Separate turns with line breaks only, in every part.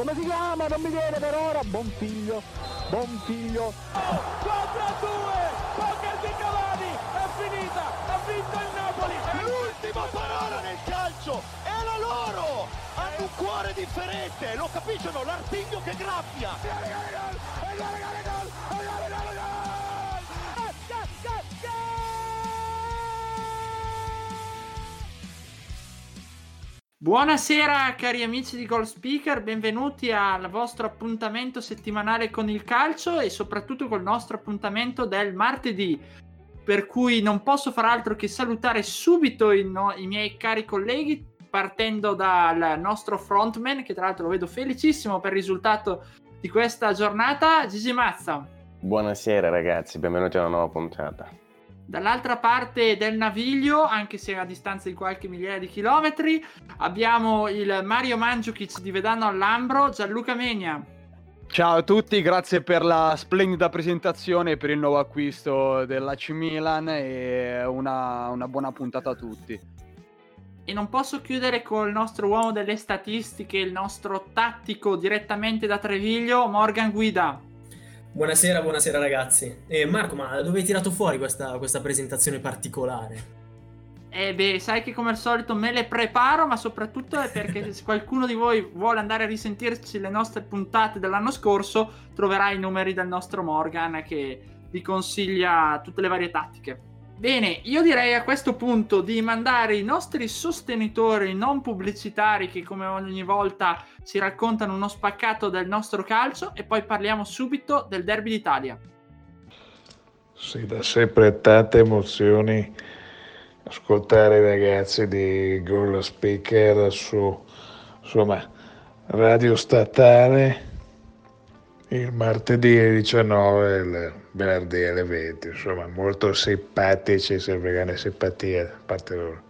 come si chiama? Non mi viene per ora. Bonfiglio. 4-2, poker di Cavani, è finita, ha vinto il Napoli.
L'ultima parola nel calcio è la loro. Hanno un cuore differente, lo capiscono, l'artiglio che graffia.
Buonasera cari amici di Goal Speaker, benvenuti al vostro appuntamento settimanale con il calcio e soprattutto col nostro appuntamento del martedì, per cui non posso far altro che salutare subito i miei cari colleghi, partendo dal nostro frontman, che tra l'altro lo vedo felicissimo per il risultato di questa giornata, Gigi Mazza.
Buonasera ragazzi, benvenuti a una nuova puntata.
Dall'altra parte del naviglio, anche se a distanza di qualche migliaia di chilometri, abbiamo il Mario Mandzukic di Vedano al Lambro, Gianluca Menia.
Ciao a tutti, grazie per la splendida presentazione, per il nuovo acquisto dell'AC Milan e una buona puntata a tutti.
E non posso chiudere col nostro uomo delle statistiche, il nostro tattico direttamente da Treviglio, Morgan Guida.
Buonasera ragazzi. Marco, ma da dove hai tirato fuori questa presentazione particolare?
Sai che come al solito me le preparo, ma soprattutto è perché se qualcuno di voi vuole andare a risentirci le nostre puntate dell'anno scorso, troverà i numeri del nostro Morgan che vi consiglia tutte le varie tattiche. Bene, io direi a questo punto di mandare i nostri sostenitori non pubblicitari che come ogni volta ci raccontano uno spaccato del nostro calcio e poi parliamo subito del Derby d'Italia.
Sì, da sempre tante emozioni ascoltare i ragazzi di Goal Speaker su radio statale il martedì alle 19 e il venerdì alle 20, insomma molto simpatici, sempre grande simpatia da parte loro.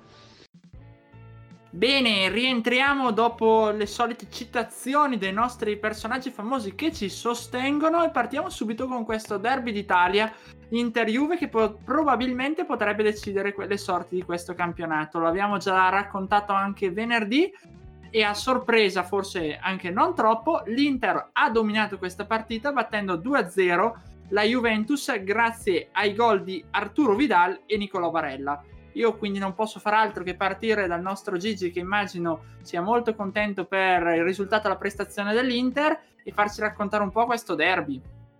Bene, rientriamo dopo le solite citazioni dei nostri personaggi famosi che ci sostengono e partiamo subito con questo Derby d'Italia Inter-Juve che probabilmente potrebbe decidere le sorti di questo campionato. Lo abbiamo già raccontato anche venerdì e a sorpresa, forse anche non troppo, l'Inter ha dominato questa partita battendo 2-0 la Juventus grazie ai gol di Arturo Vidal e Nicolò Barella. Io quindi non posso far altro che partire dal nostro Gigi, che immagino sia molto contento per il risultato e la prestazione dell'Inter, e farci raccontare un po' questo derby.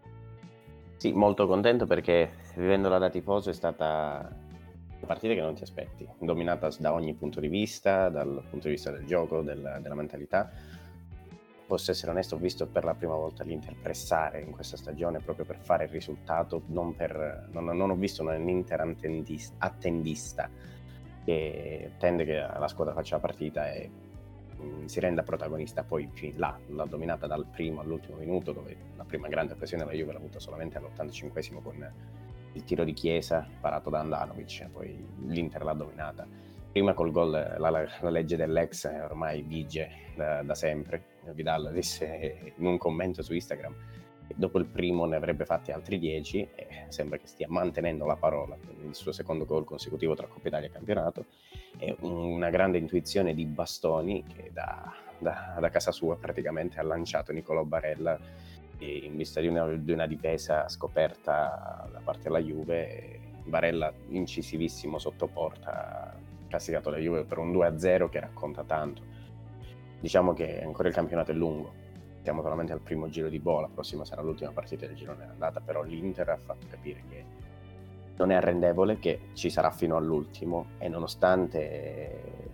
Sì, molto contento perché vivendola da tifoso è stata una partita che non ti aspetti, dominata da ogni punto di vista, dal punto di vista del gioco, della mentalità. Posso essere onesto, ho visto per la prima volta l'Inter pressare in questa stagione proprio per fare il risultato, non ho visto un Inter attendista che tende che la squadra faccia la partita e si renda protagonista poi fin là. L'ha dominata dal primo all'ultimo minuto, dove la prima grande occasione la Juve l'ha avuta solamente all'85esimo con il tiro di Chiesa parato da Andanovic, poi l'Inter l'ha dominata. Prima col gol la legge dell'ex ormai vige da sempre. Vidal disse in un commento su Instagram che dopo il primo ne avrebbe fatti altri 10 e sembra che stia mantenendo la parola. Il suo secondo gol consecutivo tra Coppa Italia e campionato e una grande intuizione di Bastoni che da casa sua praticamente ha lanciato Nicolò Barella in vista di una difesa scoperta da parte della Juve. Barella incisivissimo sotto porta, classificato la Juve per un 2-0 che racconta tanto. Diciamo che ancora il campionato è lungo, siamo solamente al primo giro di bola, la prossima sarà l'ultima partita del girone d'andata, però l'Inter ha fatto capire che non è arrendevole, che ci sarà fino all'ultimo e nonostante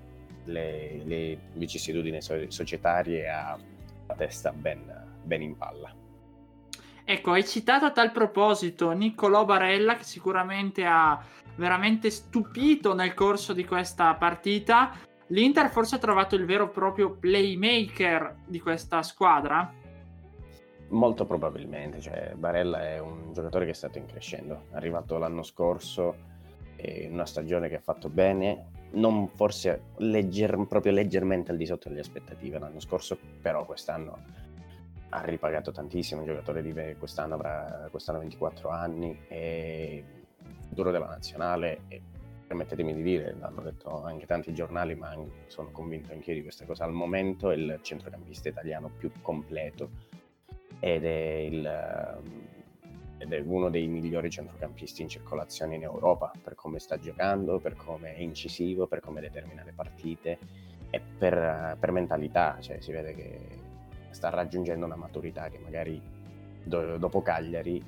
le vicissitudini societarie ha la testa ben in palla.
Ecco, hai citato a tal proposito Nicolò Barella, che sicuramente ha veramente stupito nel corso di questa partita. L'Inter forse ha trovato il vero e proprio playmaker di questa squadra?
Molto probabilmente, cioè Barella è un giocatore che è stato in crescendo, è arrivato l'anno scorso in una stagione che ha fatto bene, non forse proprio leggermente al di sotto delle aspettative l'anno scorso, però quest'anno ha ripagato tantissimo. Un giocatore di quest'anno 24 anni, è il futuro della nazionale e permettetemi di dire, l'hanno detto anche tanti giornali, ma sono convinto anche io di questa cosa, al momento è il centrocampista italiano più completo ed è uno dei migliori centrocampisti in circolazione in Europa, per come sta giocando, per come è incisivo, per come determina le partite e per mentalità, cioè si vede che sta raggiungendo una maturità che magari dopo Cagliari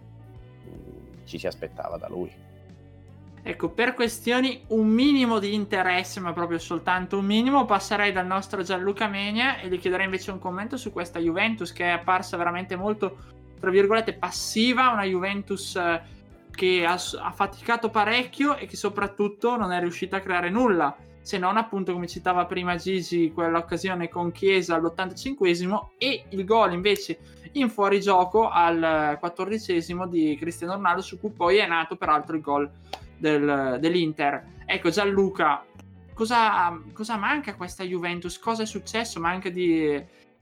ci si aspettava da lui.
Ecco, per questioni un minimo di interesse, ma proprio soltanto un minimo, passerei dal nostro Gianluca Menia e gli chiederei invece un commento su questa Juventus che è apparsa veramente molto, tra virgolette, passiva, una Juventus che ha faticato parecchio e che soprattutto non è riuscita a creare nulla, se non appunto, come citava prima Gigi, quell'occasione con Chiesa all'85esimo e il gol invece in fuorigioco al 14esimo di Cristiano Ronaldo, su cui poi è nato peraltro il gol dell'Inter. Ecco, Gianluca, cosa manca a questa Juventus? Cosa è successo? Manca di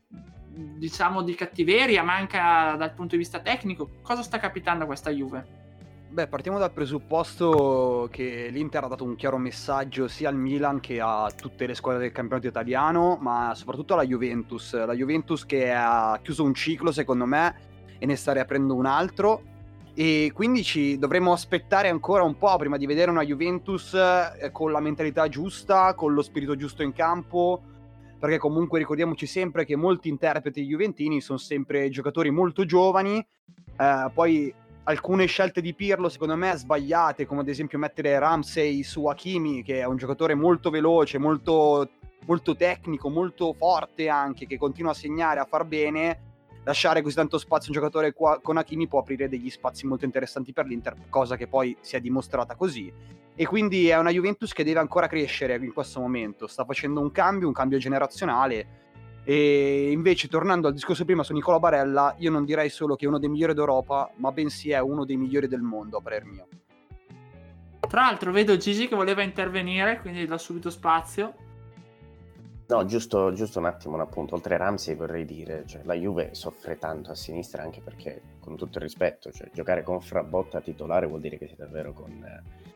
cattiveria? Manca dal punto di vista tecnico? Cosa sta capitando a questa Juve?
Beh, partiamo dal presupposto che l'Inter ha dato un chiaro messaggio sia al Milan che a tutte le squadre del campionato italiano, ma soprattutto alla Juventus. La Juventus che ha chiuso un ciclo, secondo me, e ne sta riaprendo un altro. E quindi ci dovremmo aspettare ancora un po' prima di vedere una Juventus con la mentalità giusta, con lo spirito giusto in campo, perché comunque ricordiamoci sempre che molti interpreti juventini sono sempre giocatori molto giovani, poi alcune scelte di Pirlo secondo me sbagliate, come ad esempio mettere Ramsey su Hakimi, che è un giocatore molto veloce, molto, molto tecnico, molto forte anche, che continua a segnare, a far bene. Lasciare così tanto spazio a un giocatore con Hakimi può aprire degli spazi molto interessanti per l'Inter, cosa che poi si è dimostrata così. E quindi è una Juventus che deve ancora crescere in questo momento, sta facendo un cambio generazionale. E invece, tornando al discorso prima su Nicola Barella, io non direi solo che è uno dei migliori d'Europa, ma bensì è uno dei migliori del mondo, a parer mio.
Tra l'altro vedo Gigi che voleva intervenire, quindi do subito spazio.
No, giusto un attimo un appunto. Oltre a Ramsey vorrei dire, cioè, la Juve soffre tanto a sinistra anche perché, con tutto il rispetto, cioè, giocare con Frabotta titolare vuol dire che sei davvero con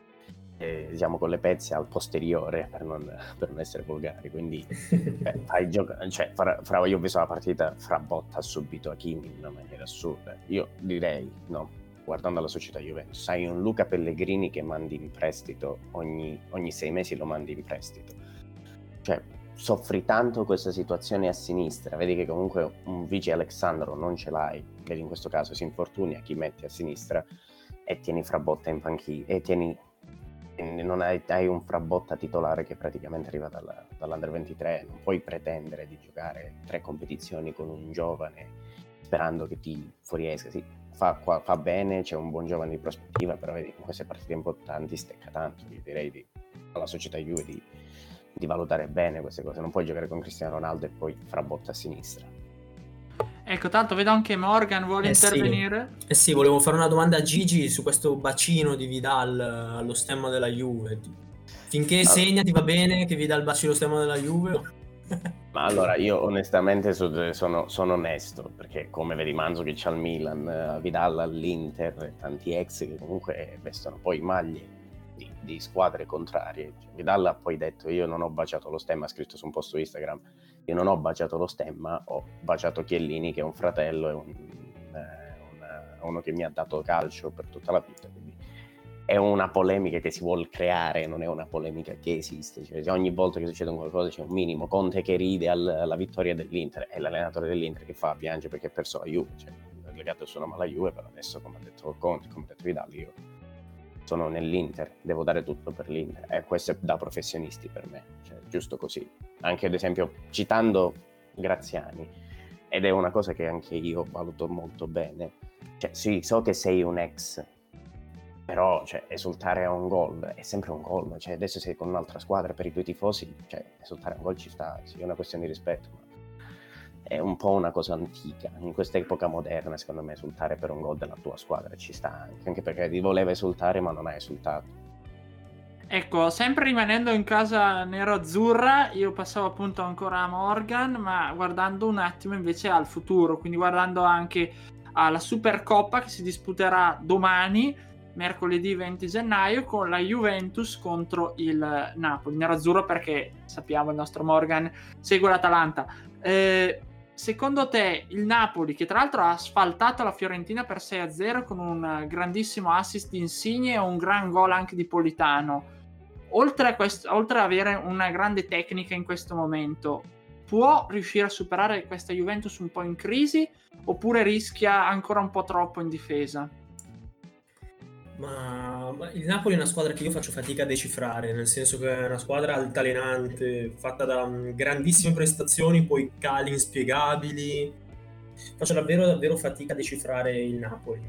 le pezze al posteriore, per non essere volgari. Quindi io ho visto la partita, Frabotta ha subito Hakimi in una maniera assurda. Io direi, no, guardando la società Juventus, hai un Luca Pellegrini che mandi in prestito ogni 6 mesi, lo mandi in prestito. Cioè, soffri tanto questa situazione a sinistra, vedi che comunque un Vici Alexandro non ce l'hai, vedi in questo caso si infortuna, chi metti a sinistra e tieni Frabotta in panchina e non hai un Frabotta titolare che praticamente arriva dall'Under 23, non puoi pretendere di giocare 3 competizioni con un giovane sperando che ti fuoriesca. Sì, fa bene, c'è un buon giovane di prospettiva, però vedi in queste partite importanti stecca tanto. Io direi alla società Juve di valutare bene queste cose, non puoi giocare con Cristiano Ronaldo e poi Frabotta a sinistra.
Ecco, tanto vedo anche Morgan vuole intervenire.
Sì, volevo fare una domanda a Gigi su questo bacino di Vidal allo stemma della Juve. Finché segna ti va bene che Vidal baci lo stemma della Juve?
Ma allora, io onestamente sono onesto, perché come vedi Mandzukic al Milan, Vidal all'Inter, tanti ex che comunque vestono poi maglie di squadre contrarie. Cioè, Vidal ha poi detto: io non ho baciato lo stemma, ha scritto su un post su Instagram, io non ho baciato lo stemma, ho baciato Chiellini che è un fratello e uno che mi ha dato calcio per tutta la vita. Quindi è una polemica che si vuol creare, non è una polemica che esiste. Cioè, ogni volta che succede qualcosa c'è un minimo. Conte che ride alla vittoria dell'Inter, è l'allenatore dell'Inter che piange perché ha perso la Juve, cioè, è legato il suo nome alla Juve, però adesso, come ha detto Conte, come ha detto Vidal, io sono nell'Inter, devo dare tutto per l'Inter, e questo è da professionisti per me, cioè giusto così. Anche ad esempio citando Graziani, ed è una cosa che anche io valuto molto bene, cioè sì, so che sei un ex, però cioè, esultare a un gol è sempre un gol, cioè adesso sei con un'altra squadra, per i tuoi tifosi, cioè esultare a un gol ci sta, sì, è una questione di rispetto, ma è un po' una cosa antica. In questa epoca moderna, secondo me, esultare per un gol della tua squadra ci sta anche perché ti voleva esultare ma non ha esultato.
Ecco, sempre rimanendo in casa nero-azzurra, io passavo appunto ancora a Morgan, ma guardando un attimo invece al futuro, quindi guardando anche alla Supercoppa che si disputerà domani, mercoledì 20 gennaio con la Juventus contro il Napoli. Nerazzurro perché sappiamo il nostro Morgan segue l'Atalanta. Secondo te il Napoli, che tra l'altro ha asfaltato la Fiorentina per 6-0 con un grandissimo assist di Insigne e un gran gol anche di Politano, oltre ad avere una grande tecnica in questo momento, può riuscire a superare questa Juventus un po' in crisi oppure rischia ancora un po' troppo in difesa?
Ma il Napoli è una squadra che io faccio fatica a decifrare, nel senso che è una squadra altalenante, fatta da grandissime prestazioni, poi cali inspiegabili. Faccio davvero fatica a decifrare il Napoli.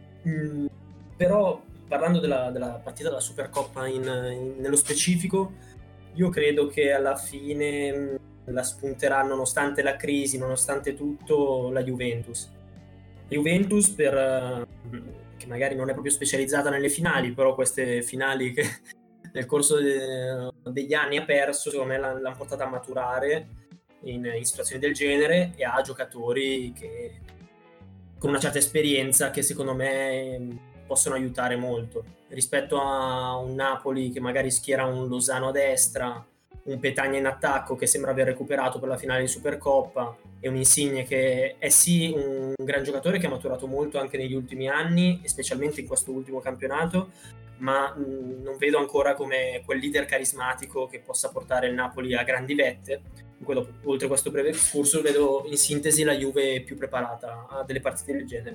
Però parlando della partita della Supercoppa nello specifico, io credo che alla fine la spunterà, nonostante la crisi, nonostante tutto, la Juventus. La Juventus che magari non è proprio specializzata nelle finali, però queste finali che nel corso degli anni ha perso, secondo me l'hanno portata a maturare in situazioni del genere, e ha giocatori che con una certa esperienza che secondo me possono aiutare molto rispetto a un Napoli che magari schiera un Lozano a destra, un Petagna in attacco che sembra aver recuperato per la finale di Supercoppa, e un Insigne che è sì un gran giocatore che ha maturato molto anche negli ultimi anni e specialmente in questo ultimo campionato, ma non vedo ancora come quel leader carismatico che possa portare il Napoli a grandi vette. Oltre questo breve discorso vedo in sintesi la Juve più preparata a delle partite del genere.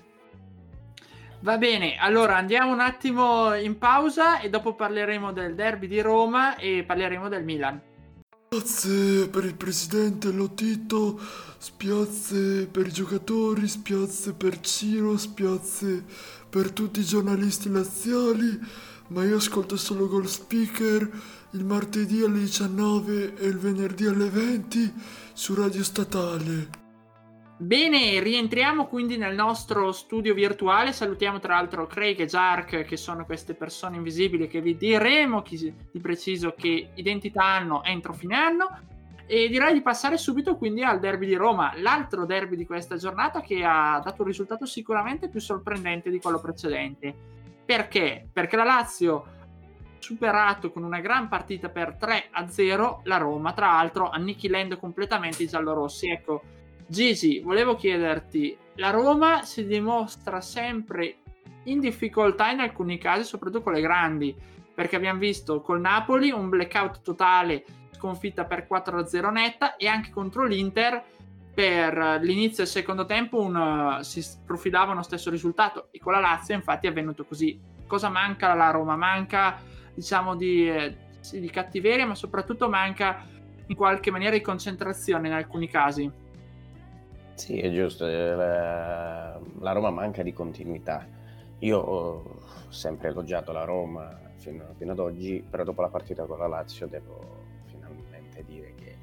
Va bene, allora andiamo un attimo in pausa e dopo parleremo del derby di Roma e parleremo del Milan.
Spiazze per il presidente Lotito, spiazze per i giocatori, spiazze per Ciro, spiazze per tutti i giornalisti laziali, ma io ascolto solo Goal Speaker il martedì alle 19 e il venerdì alle 20 su Radio Statale.
Bene, rientriamo quindi nel nostro studio virtuale. Salutiamo tra l'altro Craig e Jark, che sono queste persone invisibili che vi diremo di preciso che identità hanno entro fine anno, e direi di passare subito quindi al derby di Roma, l'altro derby di questa giornata che ha dato un risultato sicuramente più sorprendente di quello precedente. Perché? Perché la Lazio ha superato con una gran partita per 3-0 la Roma, tra l'altro annichilendo completamente i giallorossi. Ecco, Gigi, volevo chiederti, la Roma si dimostra sempre in difficoltà in alcuni casi, soprattutto con le grandi, perché abbiamo visto col Napoli un blackout totale, sconfitta per 4-0 netta, e anche contro l'Inter per l'inizio del secondo tempo si profilava uno stesso risultato, e con la Lazio infatti è avvenuto così. Cosa manca alla Roma? Manca, diciamo, di cattiveria, ma soprattutto manca in qualche maniera di concentrazione in alcuni casi.
Sì, è giusto, la Roma manca di continuità. Io ho sempre elogiato la Roma fino ad oggi, però dopo la partita con la Lazio devo finalmente dire che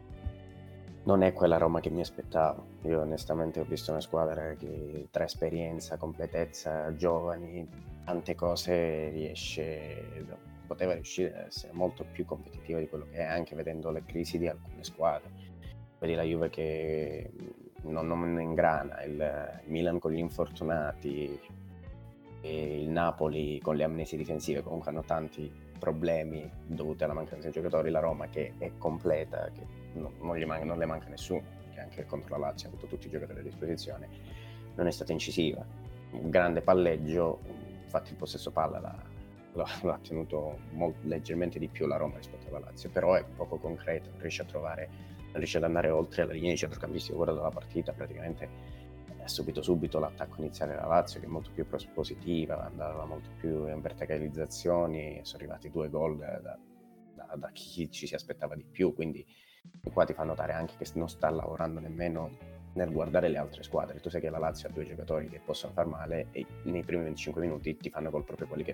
non è quella Roma che mi aspettavo. Io onestamente ho visto una squadra che tra esperienza, completezza, giovani, tante cose poteva riuscire ad essere molto più competitiva di quello che è, anche vedendo le crisi di alcune squadre. Vedi la Juve che non ingrana, il Milan con gli infortunati e il Napoli con le amnesie difensive, comunque hanno tanti problemi dovuti alla mancanza di giocatori. La Roma che è completa, che non le manca nessuno, che anche contro la Lazio ha avuto tutti i giocatori a disposizione, non è stata incisiva. Un grande palleggio, infatti il possesso palla l'ha tenuto leggermente di più la Roma rispetto alla Lazio, però è poco concreto, non riesce ad andare oltre la linea di centrocampisti. Ho guardato la partita, praticamente subito l'attacco iniziale della Lazio, che è molto più propositiva, andava molto più in verticalizzazioni, sono arrivati 2 gol da chi ci si aspettava di più, quindi qua ti fa notare anche che non sta lavorando nemmeno nel guardare le altre squadre. Tu sai che la Lazio ha 2 giocatori che possono far male e nei primi 25 minuti ti fanno gol proprio quelli che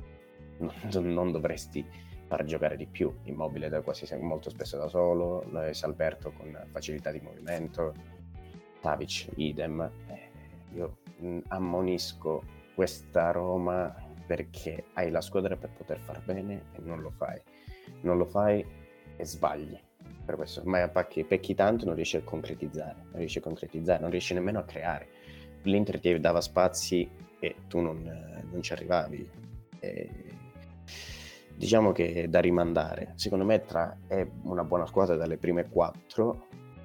non dovresti far giocare di più. Immobile molto spesso da solo, Salberto con facilità di movimento, Savic idem. Io ammonisco questa Roma perché hai la squadra per poter far bene e non lo fai e sbagli. Per questo, ma pecchi tanto, non riesci a concretizzare, non riesci nemmeno a creare. l'Inter ti dava spazi e tu non ci arrivavi. Diciamo che è da rimandare. Secondo me è una buona squadra dalle prime 4,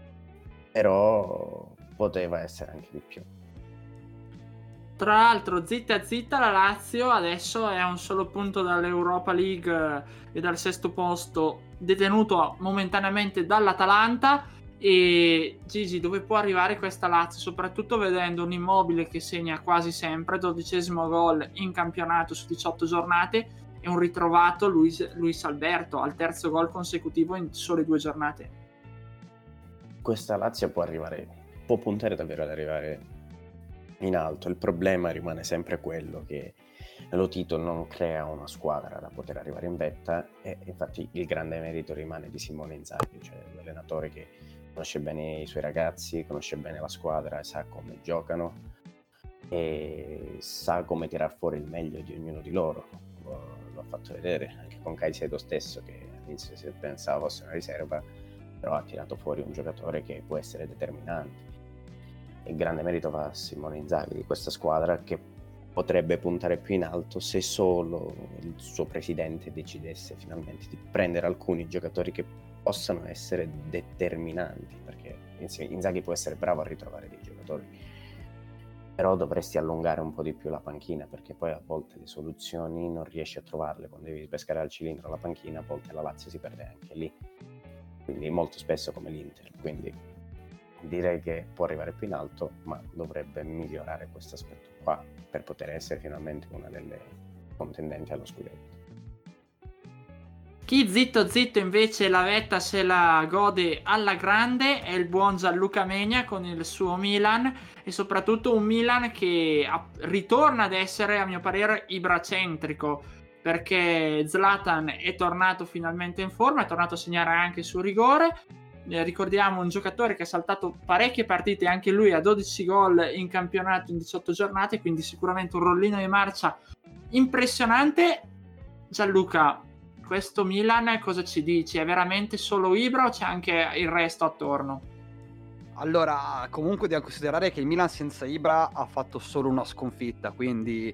però poteva essere anche di più.
Tra l'altro, zitta la Lazio adesso è a un solo punto dall'Europa League e dal 6º posto, detenuto momentaneamente dall'Atalanta. E Gigi, dove può arrivare questa Lazio? Soprattutto vedendo un Immobile che segna quasi sempre, 12° gol in campionato su 18 giornate, e un ritrovato Luis Alberto al 3° gol consecutivo in sole 2 giornate.
Questa Lazio può puntare davvero ad arrivare in alto. Il problema rimane sempre quello che lo Tito non crea una squadra da poter arrivare in vetta, e infatti il grande merito rimane di Simone Inzaghi, cioè l'allenatore che conosce bene i suoi ragazzi, conosce bene la squadra, sa come giocano e sa come tirar fuori il meglio di ognuno di loro. Lo ha fatto vedere anche con Caicedo stesso, che all'inizio si pensava fosse una riserva, però ha tirato fuori un giocatore che può essere determinante. Il grande merito va a Simone Inzaghi di questa squadra, che potrebbe puntare più in alto se solo il suo presidente decidesse finalmente di prendere alcuni giocatori che possano essere determinanti, perché Inzaghi può essere bravo a ritrovare dei giocatori, però dovresti allungare un po' di più la panchina, perché poi a volte le soluzioni non riesci a trovarle. Quando devi pescare al cilindro la panchina, a volte la Lazio si perde anche lì, quindi molto spesso come l'Inter. Quindi direi che può arrivare più in alto, ma dovrebbe migliorare questo aspetto qua per poter essere finalmente una delle contendenti allo scudetto.
Chi zitto invece la vetta se la gode alla grande è il buon Gianluca Megna con il suo Milan, e soprattutto un Milan che ritorna ad essere, a mio parere, ibracentrico, perché Zlatan è tornato finalmente in forma, è tornato a segnare anche su rigore. Ricordiamo un giocatore che ha saltato parecchie partite, anche lui a 12 gol in campionato in 18 giornate, quindi sicuramente un rollino di marcia impressionante. Gianluca, questo Milan cosa ci dici? È veramente solo Ibra o c'è anche il resto attorno?
Allora, comunque devo considerare che il Milan senza Ibra ha fatto solo una sconfitta, quindi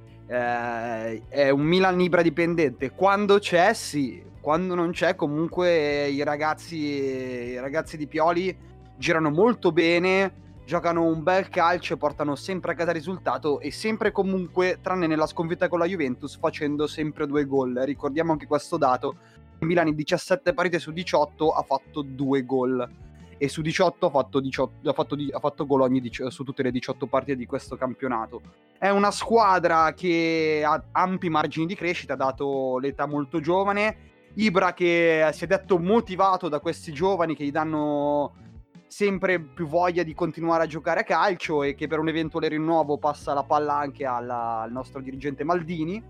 è un Milan Ibra dipendente. Quando c'è, sì. Quando non c'è, comunque i ragazzi di Pioli girano molto bene, giocano un bel calcio e portano sempre a casa il risultato, e sempre comunque, tranne nella sconfitta con la Juventus, facendo sempre 2 gol. Ricordiamo anche questo dato: il Milan in 17 partite su 18 ha fatto 2 gol, e su 18 ha fatto gol su tutte le 18 partite di questo campionato. È una squadra che ha ampi margini di crescita, dato l'età molto giovane. Ibra che si è detto motivato da questi giovani che gli danno sempre più voglia di continuare a giocare a calcio, e che per un eventuale rinnovo passa la palla anche al nostro dirigente Maldini.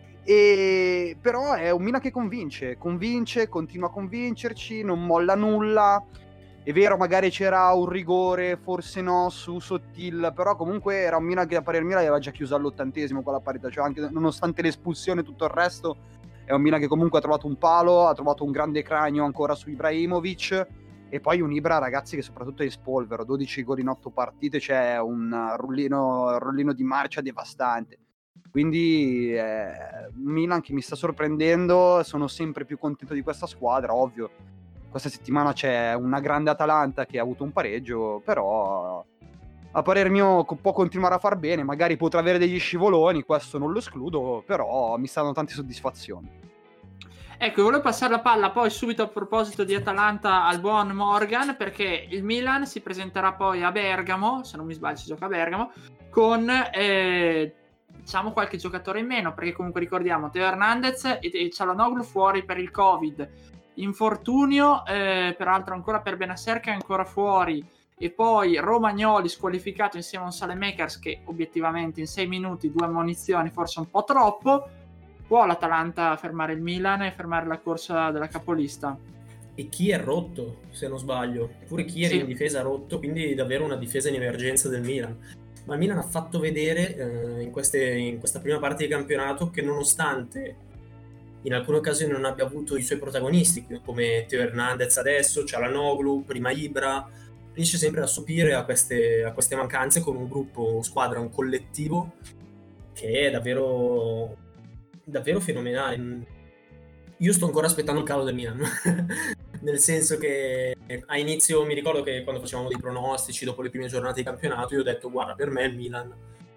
E però è un Milan che convince, continua a convincerci, non molla nulla. È vero, magari c'era un rigore, forse no, su Sottil, però comunque era un Milan che, a parer mio, aveva già chiuso all'80° quella partita, cioè anche nonostante l'espulsione e tutto il resto. È un Milan che comunque ha trovato un palo, ha trovato un grande cranio ancora su Ibrahimovic, e poi un Ibra, ragazzi, che soprattutto è in spolvero, 12 gol in 8 partite, c'è un rullino di marcia devastante. Quindi un Milan che mi sta sorprendendo, sono sempre più contento di questa squadra. Ovvio, questa settimana c'è una grande Atalanta che ha avuto un pareggio, però a parer mio può continuare a far bene, magari potrà avere degli scivoloni, questo non lo escludo, però mi stanno tante soddisfazioni.
Ecco, volevo passare la palla poi subito, a proposito di Atalanta, al buon Morgan, perché il Milan si presenterà poi a Bergamo, se non mi sbaglio si gioca a Bergamo, con diciamo qualche giocatore in meno, perché comunque ricordiamo Teo Hernandez e Çalhanoğlu fuori per il Covid, infortunio peraltro ancora per Bennacer che è ancora fuori, e poi Romagnoli squalificato insieme a un Saelemaekers che obiettivamente in 6 minuti 2 ammonizioni forse un po' troppo. Può l'Atalanta fermare il Milan e fermare la corsa della capolista?
E chi è rotto, se non sbaglio, pure chi era in difesa rotto, quindi davvero una difesa in emergenza del Milan. Ma il Milan ha fatto vedere in questa prima parte di campionato che, nonostante in alcune occasioni non abbia avuto i suoi protagonisti come Teo Hernandez adesso, Çalhanoğlu, prima Ibra, riesce sempre a sopire a queste mancanze con un gruppo, squadra, un collettivo che è davvero davvero fenomenale. Io sto ancora aspettando il calo del Milan, nel senso che a inizio mi ricordo che quando facevamo dei pronostici dopo le prime giornate di campionato io ho detto guarda, per me il Milan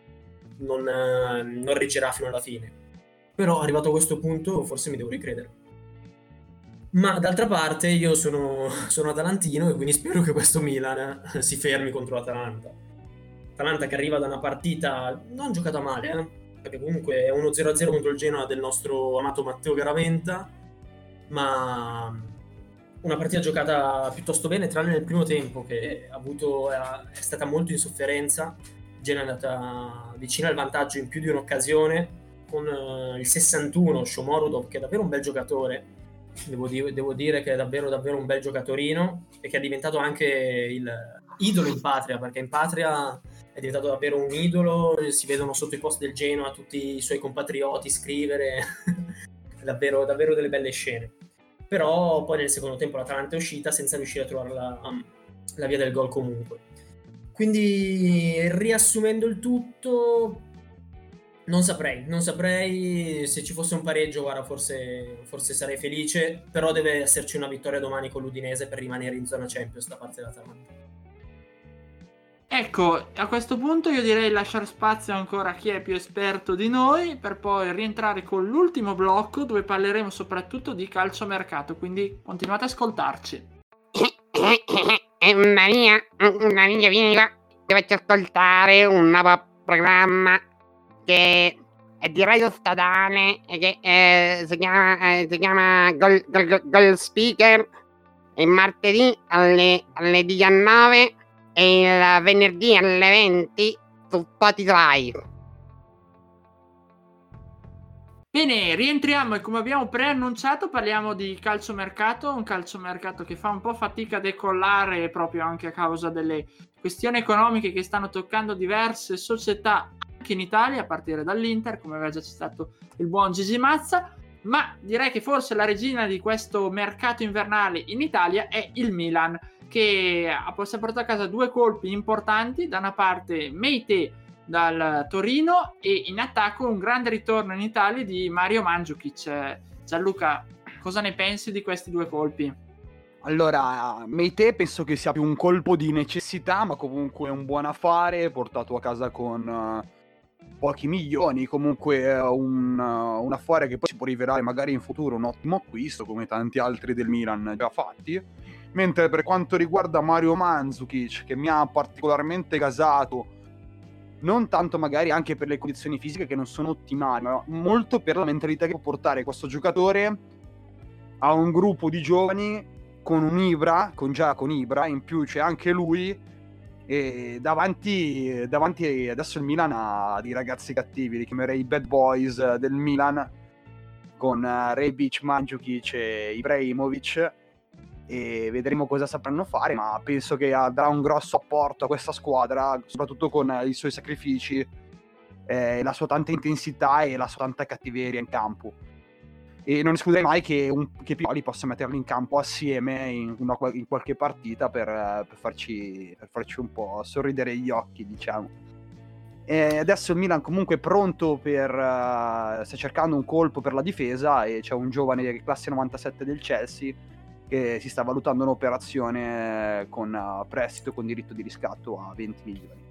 non reggerà fino alla fine, però arrivato a questo punto forse mi devo ricredere. Ma d'altra parte io sono atalantino e quindi spero che questo Milan si fermi contro l'Atalanta. Atalanta che arriva da una partita non giocata male, perché comunque è 1-0-0 contro il Genoa del nostro amato Matteo Garaventa, ma una partita giocata piuttosto bene, tranne nel primo tempo che è stata molto in sofferenza. Il Genoa è andata vicino al vantaggio in più di un'occasione con il 61 Shomorodov, che è davvero un bel giocatore. Devo dire che è davvero davvero un bel giocatorino e che è diventato anche il idolo in patria, perché in patria è diventato davvero un idolo, si vedono sotto i post del Genoa tutti i suoi compatrioti scrivere davvero davvero delle belle scene. Però poi nel secondo tempo l'Atalanta è uscita senza riuscire a trovare la via del gol comunque. Quindi riassumendo il tutto, non saprei se ci fosse un pareggio, guarda, forse sarei felice, però deve esserci una vittoria domani con l'Udinese per rimanere in zona Champions da parte dell'Atalanta.
Ecco, a questo punto io direi lasciare spazio ancora a chi è più esperto di noi per poi rientrare con l'ultimo blocco dove parleremo soprattutto di calciomercato, quindi continuate ad ascoltarci.
Maria, vieni qua, dovete ascoltare un nuovo programma che è di Radio Statale e che si chiama Goal Speaker, il martedì alle 19 e il venerdì alle 20 su Spotify.
Bene, rientriamo e come abbiamo preannunciato parliamo di calciomercato, un calciomercato che fa un po' fatica a decollare proprio anche a causa delle questioni economiche che stanno toccando diverse società anche in Italia, a partire dall'Inter, come aveva già citato il buon Gigi Mazza, ma direi che forse la regina di questo mercato invernale in Italia è il Milan, che ha portato a casa due colpi importanti, da una parte Meite dal Torino e in attacco un grande ritorno in Italia di Mario Mandzukic. Gianluca, cosa ne pensi di questi due colpi?
Allora, Meite penso che sia più un colpo di necessità, ma comunque un buon affare portato a casa con pochi milioni, comunque un affare che poi si può rivelare magari in futuro un ottimo acquisto, come tanti altri del Milan già fatti. Mentre per quanto riguarda Mario Mandzukic, che mi ha particolarmente gasato, non tanto magari anche per le condizioni fisiche che non sono ottimali, ma molto per la mentalità che può portare questo giocatore a un gruppo di giovani con Ibra, in più c'è anche lui, e davanti adesso il Milan ha dei ragazzi cattivi, li chiamerei i bad boys del Milan, con Rebic, Mandzukic e Ibrahimovic, e vedremo cosa sapranno fare, ma penso che darà un grosso apporto a questa squadra, soprattutto con i suoi sacrifici, la sua tanta intensità e la sua tanta cattiveria in campo. E non escluderei mai che Pioli possa metterli in campo assieme in qualche partita per farci un po' sorridere gli occhi, diciamo. E adesso il Milan comunque è pronto sta cercando un colpo per la difesa, e c'è un giovane classe 97 del Chelsea che si sta valutando un'operazione con prestito con diritto di riscatto a 20 milioni.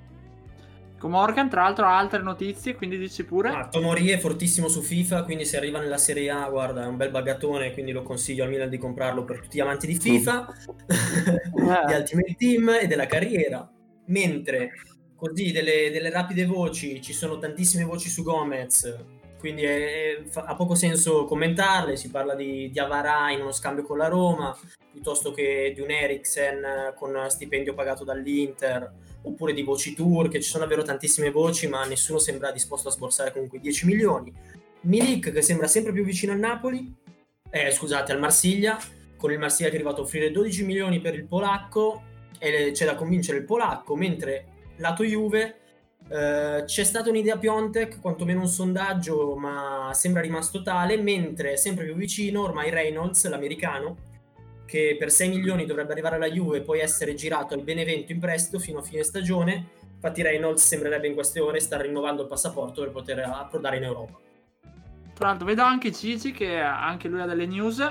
Morgan, tra l'altro, ha altre notizie, quindi dici pure.
Tomori è fortissimo su FIFA, quindi se arriva nella Serie A, guarda, è un bel bagatone, quindi lo consiglio al Milan di comprarlo per tutti gli amanti di FIFA, di Ultimate Team e della carriera. Mentre così delle rapide voci, ci sono tantissime voci su Gomez, quindi ha poco senso commentarle. Si parla di Avarà in uno scambio con la Roma, piuttosto che di un Eriksen con stipendio pagato dall'Inter, oppure di voci turche. Ci sono davvero tantissime voci, ma nessuno sembra disposto a sborsare comunque 10 milioni. Milik che sembra sempre più vicino al Napoli, al Marsiglia, con il Marsiglia che è arrivato a offrire 12 milioni per il polacco, e c'è da convincere il polacco, mentre lato Juve c'è stata un'idea Piontek, quantomeno un sondaggio, ma sembra rimasto tale, mentre sempre più vicino ormai Reynolds, l'americano, che per 6 milioni dovrebbe arrivare alla Juve e poi essere girato al Benevento in prestito fino a fine stagione. Infatti Reynolds sembrerebbe in queste ore sta rinnovando il passaporto per poter approdare in Europa.
Tra l'altro vedo anche Gigi che anche lui ha delle news.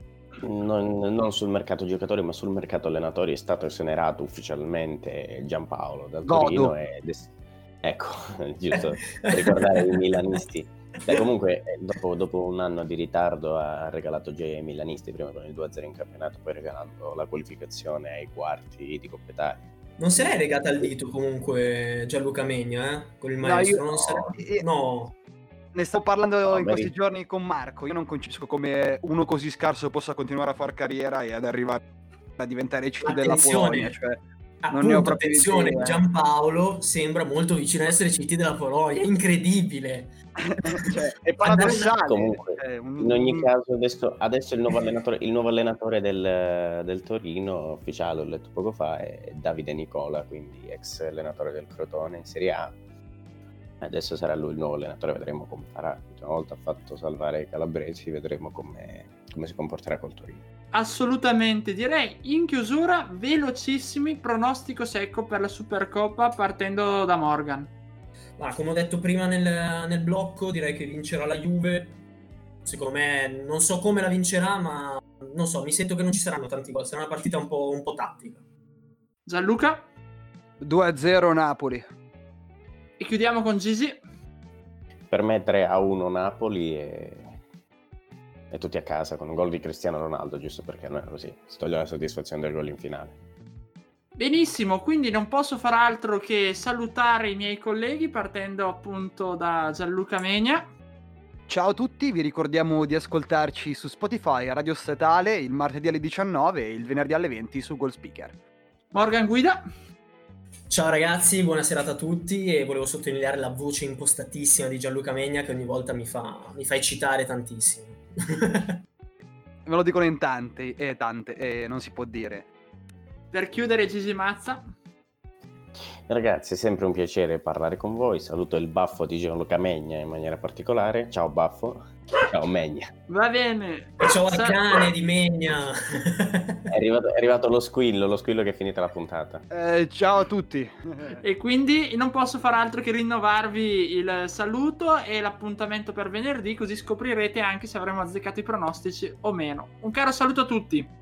Non sul mercato giocatori, ma sul mercato allenatori è stato esonerato ufficialmente Giampaolo dal Torino. Ecco, giusto per ricordare i milanisti. Comunque dopo un anno di ritardo ha regalato gioia ai milanisti, prima con il 2-0 in campionato, poi regalando la qualificazione ai quarti di Coppa Italia.
Non se l'hai legata al dito comunque Gianluca Megna, con il maestro? No.
Ne sto parlando in questi giorni con Marco. Io non concepisco come uno così scarso possa continuare a fare carriera e ad arrivare a diventare CT della Polonia. Cioè, non ne ho proprio
attenzione, Giampaolo sembra molto vicino a essere CT della Polonia, incredibile.
Cioè, è paradossale.
Comunque, in ogni caso adesso il nuovo allenatore del Torino ufficiale, ho letto poco fa, è Davide Nicola, quindi ex allenatore del Crotone in Serie A. Adesso sarà lui il nuovo allenatore, vedremo come farà. Una volta ha fatto salvare i calabresi, vedremo come si comporterà col Torino.
Assolutamente, direi in chiusura velocissimi pronostico secco per la Supercoppa partendo da Morgan.
Ma come ho detto prima nel blocco, direi che vincerà la Juve. Secondo me non so come la vincerà, ma non so, mi sento che non ci saranno tanti gol, sarà una partita un po' tattica.
Gianluca?
2-0 Napoli.
E chiudiamo con Gigi.
Per me 3-1 Napoli e tutti a casa con un gol di Cristiano Ronaldo, giusto perché non è così, si toglie la soddisfazione del gol in finale.
Benissimo, quindi non posso far altro che salutare i miei colleghi partendo appunto da Gianluca Megna.
Ciao a tutti, vi ricordiamo di ascoltarci su Spotify, Radio Statale, il martedì alle 19 e il venerdì alle 20 su Goal Speaker.
Morgan Guida.
Ciao ragazzi, buona serata a tutti e volevo sottolineare la voce impostatissima di Gianluca Megna che ogni volta mi fa eccitare tantissimo.
Me lo dicono in tante, non si può dire.
Per chiudere Gigi Mazza.
Ragazzi, è sempre un piacere parlare con voi. Saluto il baffo di Gianluca Megna in maniera particolare. Ciao baffo. Ciao Megna.
Va bene.
Ciao al cane di Megna.
È arrivato lo squillo che è finita la puntata.
Ciao a tutti.
E quindi non posso far altro che rinnovarvi il saluto e l'appuntamento per venerdì, così scoprirete anche se avremo azzeccato i pronostici o meno. Un caro saluto a tutti.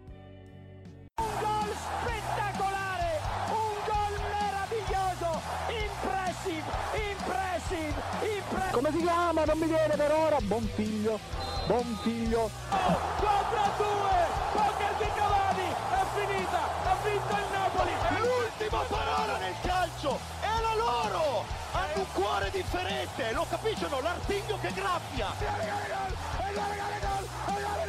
Come si chiama? Non mi viene per ora. Buon figlio. 4-2. Poker di Cavani. È finita. Ha vinto il Napoli.
È l'ultima parola nel calcio. È la loro. Hanno un cuore differente. Lo capiscono? L'artiglio che graffia.